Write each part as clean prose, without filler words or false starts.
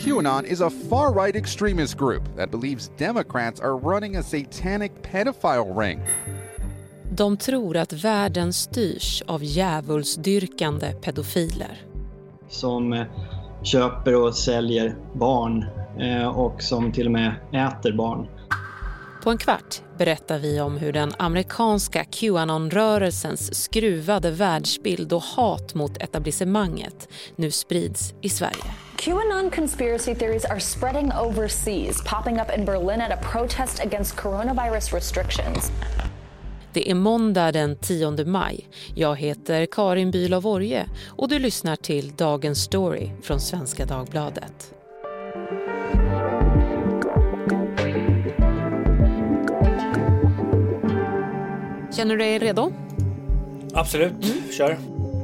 QAnon is a far-right extremist group that believes Democrats are running a satanic pedophile ring. De tror att världen styrs av djävulsdyrkande pedofiler. Som köper och säljer barn och som till och med äter barn. På en kvart berättar vi om hur den amerikanska QAnon-rörelsens skruvade världsbild och hat mot etablissemanget nu sprids i Sverige. QAnon conspiracy theories are spreading overseas, popping up in Berlin at a protest against coronavirus restrictions. Det är måndag den 10 maj. Jag heter Karin Bülow-Orje och du lyssnar till Dagens Story från Svenska Dagbladet. Känner du dig redo? Absolut, kör.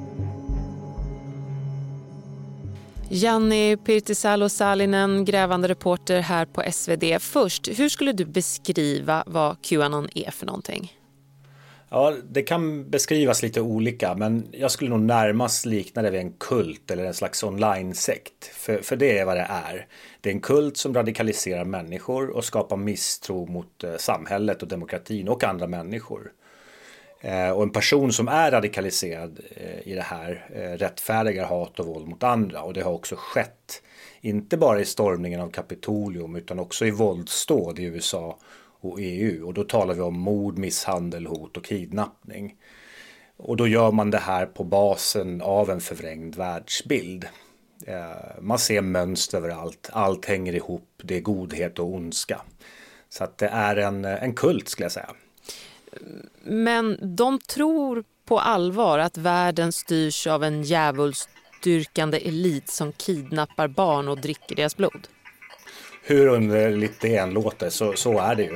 Janni Pirtisalo-Salinen, grävande reporter här på SvD. Först, hur skulle du beskriva vad QAnon är för någonting? Ja, det kan beskrivas lite olika, men jag skulle nog närmast likna det vid en kult eller en slags online-sekt. För det är vad det är. Det är en kult som radikaliserar människor och skapar misstro mot samhället och demokratin och andra människor. Och en person som är radikaliserad i det här rättfärdigar hat och våld mot andra. Och det har också skett, inte bara i stormningen av Kapitolium utan också i våldsdåd i USA och EU. Och då talar vi om mord, misshandel, hot och kidnappning. Och då gör man det här på basen av en förvrängd världsbild. Man ser mönster överallt, allt hänger ihop, det är godhet och ondska. Så att det är en kult skulle jag säga. Men de tror på allvar att världen styrs av en djävulsdyrkande elit som kidnappar barn och dricker deras blod. Hur underligt det än låter så är det ju.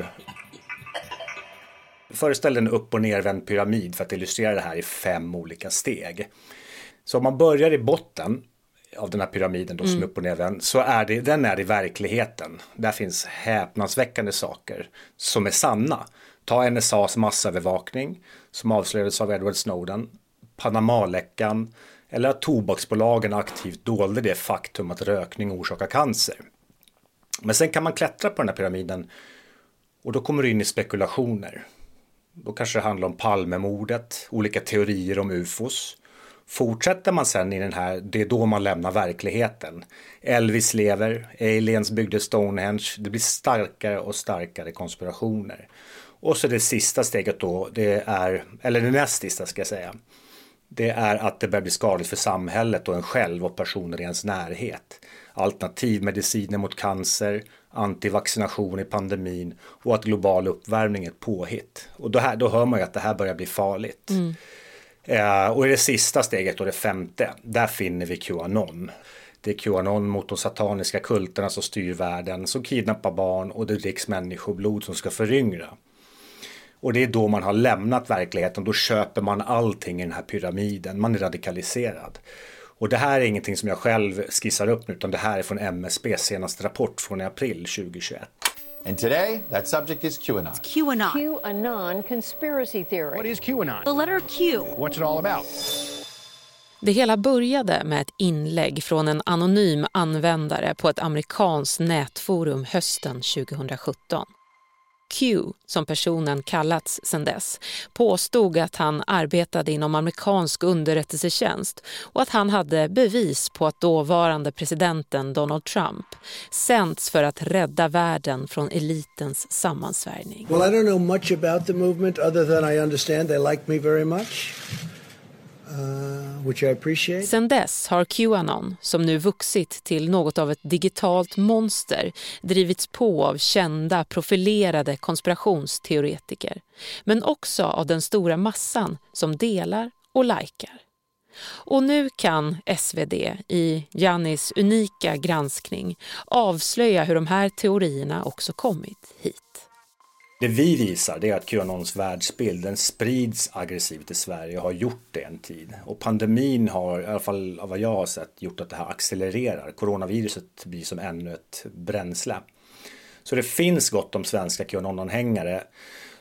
Föreställ en upp- och nervänd pyramid för att illustrera det här i 5 olika steg. Så om man börjar i botten av den här pyramiden då, som är upp- och nervänd, så är den är i verkligheten. Där finns häpnadsväckande saker som är sanna. Ta NSAs massövervakning som avslöjades av Edward Snowden, Panama-läckan eller att tobaksbolagen aktivt dolde det faktum att rökning orsakar cancer. Men sen kan man klättra på den här pyramiden och då kommer du in i spekulationer. Då kanske det handlar om Palmemordet, olika teorier om UFOs. Fortsätter man sen i den här, det är då man lämnar verkligheten. Elvis lever, aliens byggde Stonehenge, det blir starkare och starkare konspirationer. Och så det sista steget då, det näst sista ska jag säga. Det är att det börjar bli skadligt för samhället och en själv och personer i ens närhet. Alternativmediciner mot cancer, antivaccination i pandemin och att global uppvärmning är ett påhitt. Och då hör man ju att det här börjar bli farligt. Och i det sista steget och det 5:e, där finner vi QAnon. Det är QAnon mot de sataniska kulterna som styr världen, som kidnappar barn och det dricks människoblod som ska föryngra. Och det är då man har lämnat verkligheten, då köper man allting i den här pyramiden, man är radikaliserad. Och det här är ingenting som jag själv skissar upp nu, utan det här är från MSB:s senaste rapport från april 2021. And today, that subject is QAnon. QAnon. QAnon conspiracy theory. What is QAnon? The letter Q. What's it all about? Det hela började med ett inlägg från en anonym användare på ett amerikanskt nätforum hösten 2017. Q, som personen kallats sedan dess, påstod att han arbetade inom amerikansk underrättelsetjänst och att han hade bevis på att dåvarande presidenten Donald Trump sänds för att rädda världen från elitens sammansvärjning. Well, I don't know much about the movement other than I understand they like me very much. Which I appreciate. Sen dess har QAnon, som nu vuxit till något av ett digitalt monster, drivits på av kända, profilerade konspirationsteoretiker, men också av den stora massan som delar och likar. Och nu kan SvD i Jannis unika granskning avslöja hur de här teorierna också kommit hit. Det vi visar det är att QAnons världsbild den sprids aggressivt i Sverige och har gjort det en tid. Och pandemin har, i alla fall av vad jag har sett, gjort att det här accelererar. Coronaviruset blir som ännu ett bränsle. Så det finns gott om svenska QAnon-anhängare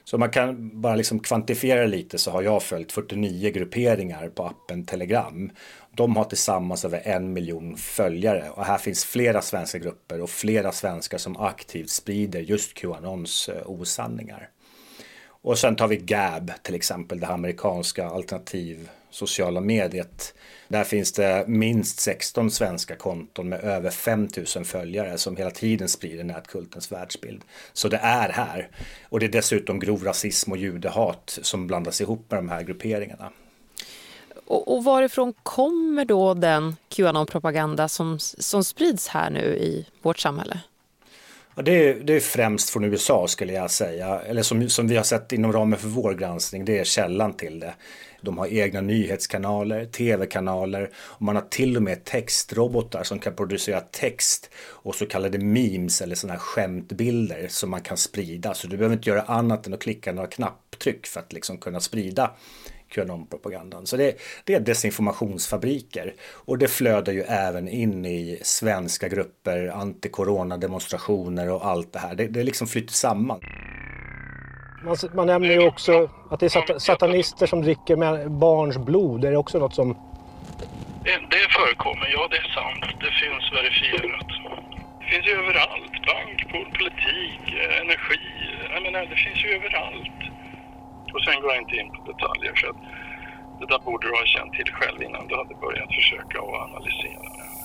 Så man kan bara liksom kvantifiera lite, så har jag följt 49 grupperingar på appen Telegram. De har tillsammans över 1 miljon följare och här finns flera svenska grupper och flera svenskar som aktivt sprider just QAnons osanningar. Och sen tar vi Gab till exempel, det amerikanska alternativ sociala mediet. Där finns det minst 16 svenska konton med över 5 000 följare som hela tiden sprider nätkultens världsbild. Så det är här. Och det är dessutom grov rasism och judehat som blandas ihop med de här grupperingarna. Och varifrån kommer då den QAnon-propaganda som sprids här nu i vårt samhälle? Ja, det är främst från USA skulle jag säga, eller som vi har sett inom ramen för vår granskning, det är källan till det. De har egna nyhetskanaler, tv-kanaler och man har till och med textrobotar som kan producera text och så kallade memes eller sådana här skämtbilder som man kan sprida. Så du behöver inte göra annat än att klicka några knapptryck för att liksom kunna sprida QAnon-propagandan. Så det är desinformationsfabriker och det flödar ju även in i svenska grupper, anti-corona-demonstrationer och allt det här. Det liksom flyter samman. Man nämner ju också att det är satanister som dricker med barns blod. Är det också något som... Det förekommer, ja det är sant. Det finns verifierat. Det finns ju överallt. Bank, politik, energi. Jag menar, det finns ju överallt. Och sen går jag inte in på detaljer för att det där borde du ha känt till själv innan du hade börjat försöka och analysera det här.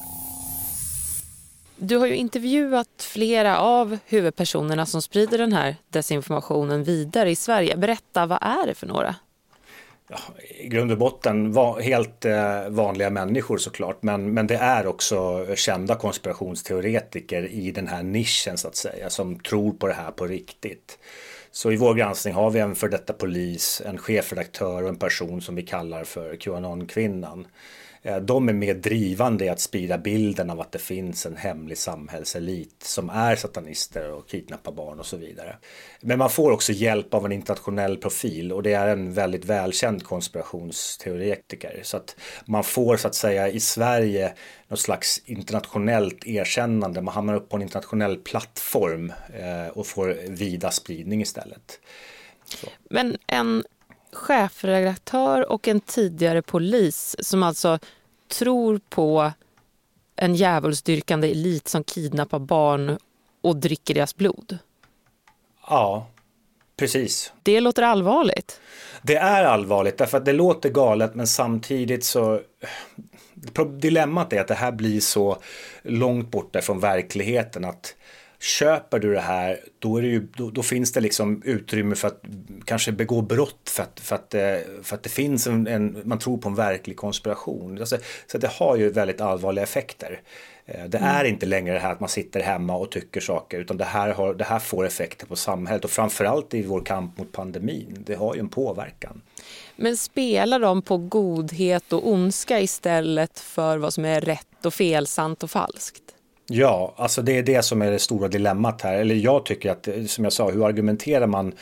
Du har ju intervjuat flera av huvudpersonerna som sprider den här desinformationen vidare i Sverige. Berätta, vad är det för några? Ja, i grund och botten helt vanliga människor såklart, men det är också kända konspirationsteoretiker i den här nischen så att säga, som tror på det här på riktigt. Så i vår granskning har vi en för detta polis, en chefredaktör och en person som vi kallar för QAnon-kvinnan. De är mer drivande i att sprida bilden av att det finns en hemlig samhällselit som är satanister och kidnappar barn och så vidare. Men man får också hjälp av en internationell profil och det är en väldigt välkänd konspirationsteoretiker. Så att man får så att säga i Sverige något slags internationellt erkännande. Man hamnar upp på en internationell plattform och får vida spridning istället. Så. Men en chefredaktör och en tidigare polis som alltså tror på en djävulsdyrkande elit som kidnappar barn och dricker deras blod. Ja, precis. Det låter allvarligt. Det är allvarligt därför att det låter galet men samtidigt så... Dilemmat är att det här blir så långt borta från verkligheten att köper du det här, då finns det liksom utrymme för att kanske begå brott för att det finns man tror på en verklig konspiration. Alltså, så det har ju väldigt allvarliga effekter. Det är inte längre det här att man sitter hemma och tycker saker, utan det här får effekter på samhället och framförallt i vår kamp mot pandemin. Det har ju en påverkan. Men spelar de på godhet och ondska istället för vad som är rätt och fel, sant och falskt? Ja, alltså det är det som är det stora dilemmat här. Eller jag tycker att, som jag sa, hur argumenterar man?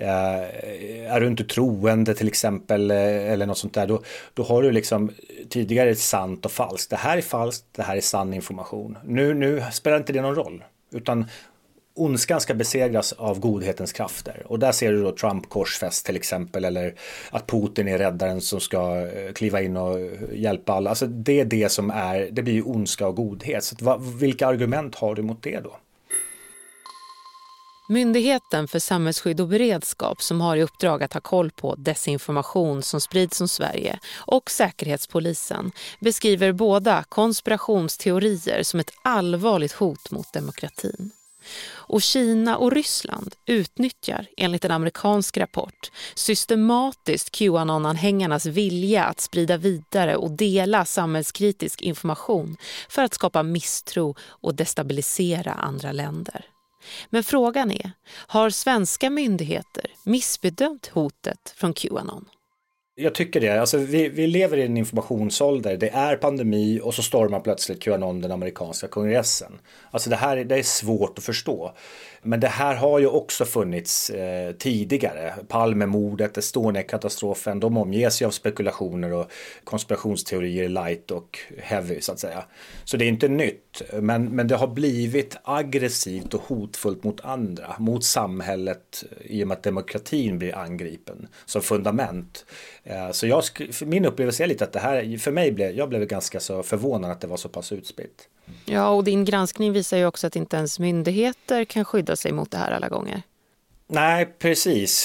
Är du inte troende till exempel eller något sånt där, då har du liksom tidigare sant och falskt. Det här är falskt, det här är sann information. Nu spelar inte det någon roll, utan ondskan ska besegras av godhetens krafter. Och där ser du då Trump-korsfest till exempel, eller att Putin är räddaren som ska kliva in och hjälpa alla. Alltså det är det som det blir ju ondska och godhet. Så vilka argument har du mot det då? Myndigheten för samhällsskydd och beredskap som har i uppdrag att ha koll på desinformation som sprids om Sverige och Säkerhetspolisen beskriver båda konspirationsteorier som ett allvarligt hot mot demokratin. Och Kina och Ryssland utnyttjar, enligt en amerikansk rapport, systematiskt QAnon-anhängarnas vilja att sprida vidare och dela samhällskritisk information för att skapa misstro och destabilisera andra länder. Men frågan är, har svenska myndigheter missbedömt hotet från QAnon? Jag tycker det. Alltså, vi lever i en informationsålder. Det är pandemi och så stormar plötsligt QAnon den amerikanska kongressen. Alltså det är svårt att förstå. Men det här har ju också funnits tidigare. Palmemordet, Estonia-katastrofen, de omges ju av spekulationer och konspirationsteorier light och heavy så att säga. Så det är inte nytt, men det har blivit aggressivt och hotfullt mot andra, mot samhället i och med att demokratin blir angripen som fundament. Så min upplevelse är lite att det här, för mig jag blev ganska så förvånad att det var så pass utspritt. Ja, och din granskning visar ju också att inte ens myndigheter kan skydda sig mot det här alla gånger. Nej, precis.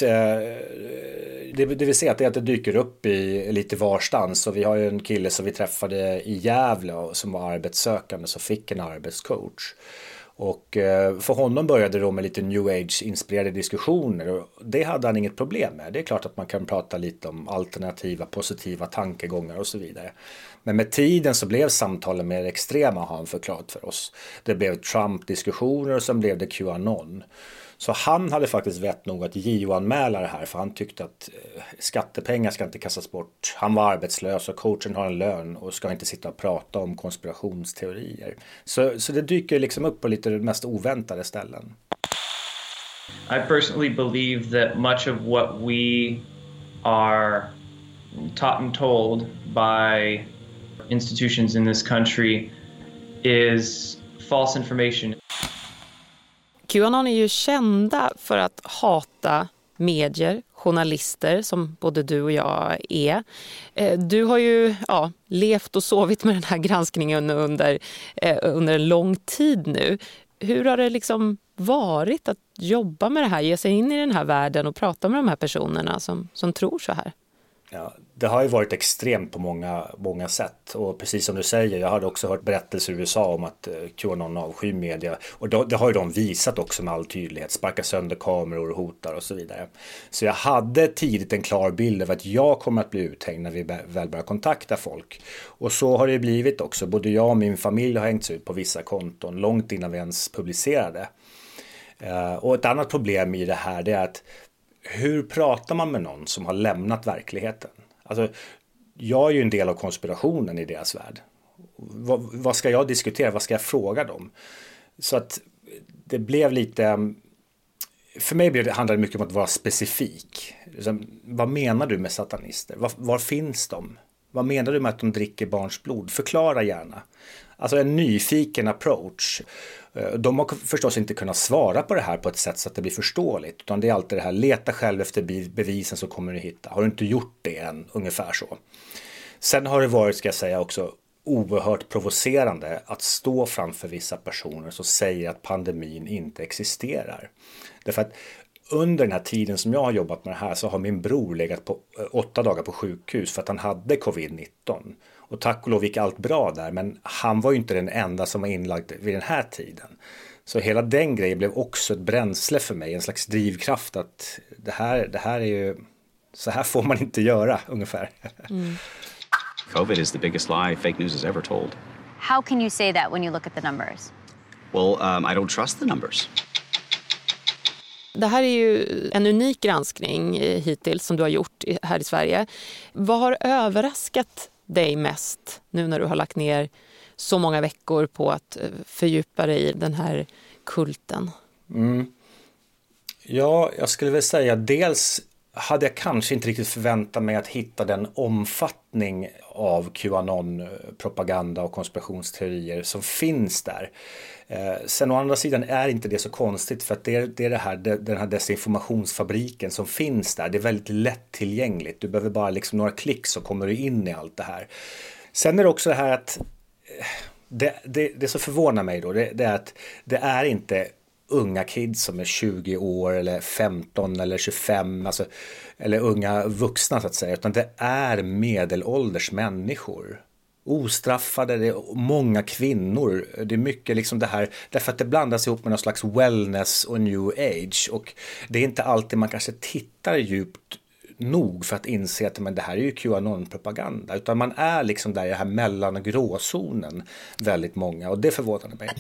Det vill säga att det dyker upp i lite varstans. Och vi har ju en kille som vi träffade i Gävle som var arbetssökande som fick en arbetscoach. Och för honom började det då med lite new age-inspirerade diskussioner och det hade han inget problem med. Det är klart att man kan prata lite om alternativa, positiva tankegångar och så vidare. Men med tiden så blev samtalen mer extrema, har han förklarat för oss. Det blev Trump-diskussioner och sen blev det QAnon. Så han hade faktiskt vett nog att JO-anmäla det här för han tyckte att skattepengar ska inte kastas bort. Han var arbetslös och coachen har en lön och ska inte sitta och prata om konspirationsteorier. Så det dyker liksom upp på lite mest oväntade ställen. I personally believe that much of what we are taught and told by institutions in this country is false information. QAnon är ju kända för att hata medier, journalister som både du och jag är. Du har ju levt och sovit med den här granskningen under en lång tid nu. Hur har det liksom varit att jobba med det här, ge sig in i den här världen och prata med de här personerna som tror så här? Ja, det har ju varit extremt på många sätt och precis som du säger, jag hade också hört berättelser i USA om att QAnon avskyr media och det har ju de visat också med all tydlighet, sparkar sönder kameror och hotar och så vidare. Så jag hade tidigt en klar bild av att jag kommer att bli uthängd när vi väl börjar kontakta folk och så har det blivit också, både jag och min familj har hängts ut på vissa konton långt innan vi ens publicerade. Och ett annat problem i det här det är att hur pratar man med någon som har lämnat verkligheten? Alltså, jag är ju en del av konspirationen i deras värld. Vad ska jag diskutera? Vad ska jag fråga dem? Så att det blev lite... För mig handlade det mycket om att vara specifik. Vad menar du med satanister? Var finns de? Vad menar du med att de dricker barns blod? Förklara gärna. Alltså en nyfiken approach. De har förstås inte kunnat svara på det här på ett sätt så att det blir förståeligt. Utan det är alltid det här, leta själv efter bevisen så kommer du hitta. Har du inte gjort det än? Ungefär så. Sen har det varit, ska jag säga också, oerhört provocerande att stå framför vissa personer som säger att pandemin inte existerar. Därför att under den här tiden som jag har jobbat med det här så har min bror legat på 8 dagar på sjukhus för att han hade covid-19. Och tack och lov gick allt bra där, men han var ju inte den enda som var inlagd vid den här tiden. Så hela den grejen blev också ett bränsle för mig, en slags drivkraft att det här är ju, så här får man inte göra ungefär. Mm. COVID is the biggest lie fake news has ever told. How can you say that when you look at the numbers? Well, I don't trust the numbers. Det här är ju en unik granskning hittills som du har gjort här i Sverige. Vad har överraskat dig mest nu när du har lagt ner så många veckor på att fördjupa dig i den här kulten? Ja, jag skulle väl säga dels hade jag kanske inte riktigt förväntat mig att hitta den omfattning av QAnon-propaganda och konspirationsteorier som finns där. Sen å andra sidan är inte det så konstigt för att det är den här desinformationsfabriken som finns där. Det är väldigt lättillgängligt. Du behöver bara liksom några klick så kommer du in i allt det här. Sen är det också det här att det som förvånar mig då, det är att det är inte unga kids som är 20 år eller 15 eller 25 alltså, eller unga vuxna så att säga, utan det är medelålders människor. Ostraffade, det är många kvinnor. Det är mycket liksom det här, därför att det blandas ihop med någon slags wellness och new age och det är inte alltid man kanske tittar djupt nog för att inse att men det här är ju QAnon-propaganda, utan man är liksom där i den här mellan- och gråzonen väldigt många och det förvånar mig.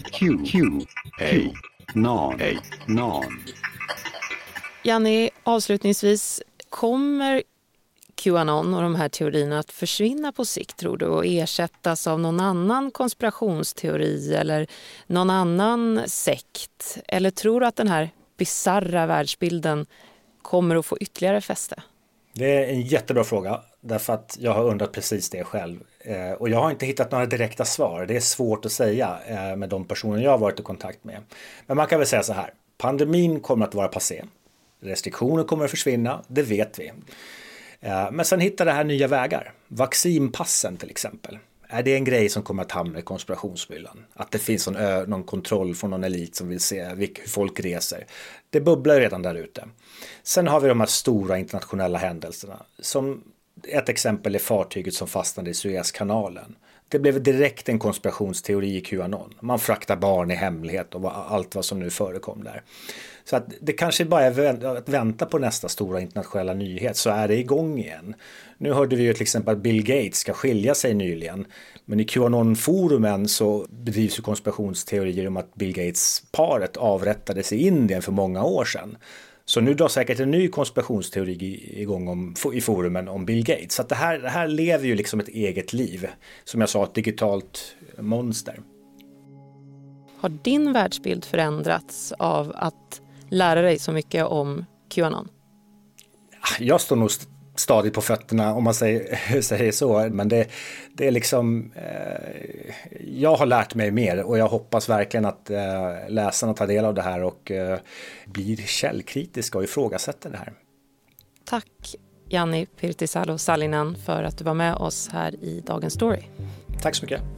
Janni, avslutningsvis, kommer Qanon och de här teorierna att försvinna på sikt, tror du, och ersättas av någon annan konspirationsteori eller någon annan sekt? Eller tror du att den här bizarra världsbilden kommer att få ytterligare fäste? Det är en jättebra fråga, därför att jag har undrat precis det själv. Och jag har inte hittat några direkta svar. Det är svårt att säga med de personer jag har varit i kontakt med. Men man kan väl säga så här. Pandemin kommer att vara passé. Restriktioner kommer att försvinna, det vet vi. Men sen hittar det här nya vägar. Vaccinpassen till exempel. Är det en grej som kommer att hamna i konspirationsmyllan? Att det finns någon kontroll från någon elit som vill se hur folk reser. Det bubblar redan där ute. Sen har vi de här stora internationella händelserna. Som ett exempel är fartyget som fastnade i Suezkanalen. Det blev direkt en konspirationsteori i Qanon. Man fraktar barn i hemlighet och allt vad som nu förekom där. Så att det kanske bara är att vänta på nästa stora internationella nyhet, så är det igång igen. Nu hörde vi ju till exempel att Bill Gates ska skilja sig nyligen. Men i Qanon-forumen så bedrivs ju konspirationsteorier om att Bill Gates-paret avrättades i Indien för många år sedan. Så nu drar säkert en ny konspirationsteori igång i forumen om Bill Gates. Så att det här lever ju liksom ett eget liv. Som jag sa, ett digitalt monster. Har din världsbild förändrats av att lära dig så mycket om Qanon? Jag står nog stadigt på fötterna, om man säger så. Men det är liksom... jag har lärt mig mer och jag hoppas verkligen att läsarna tar del av det här och blir källkritiska och ifrågasätter det här. Tack Janni Pirtisalo-Sallinen för att du var med oss här i Dagens Story. Tack så mycket.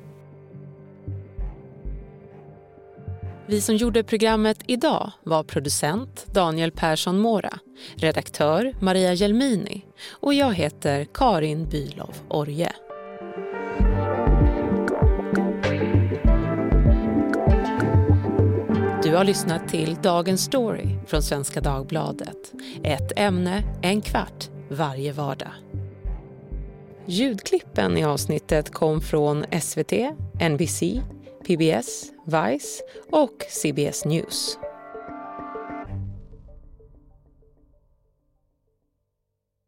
Vi som gjorde programmet idag var producent Daniel Persson Mora, redaktör Maria Gelmini och jag heter Karin Bylov Orje. Du har lyssnat till Dagens Story från Svenska Dagbladet. Ett ämne, en kvart, varje vardag. Ljudklippen i avsnittet kom från SVT, NBC, PBS, Vice och CBS News.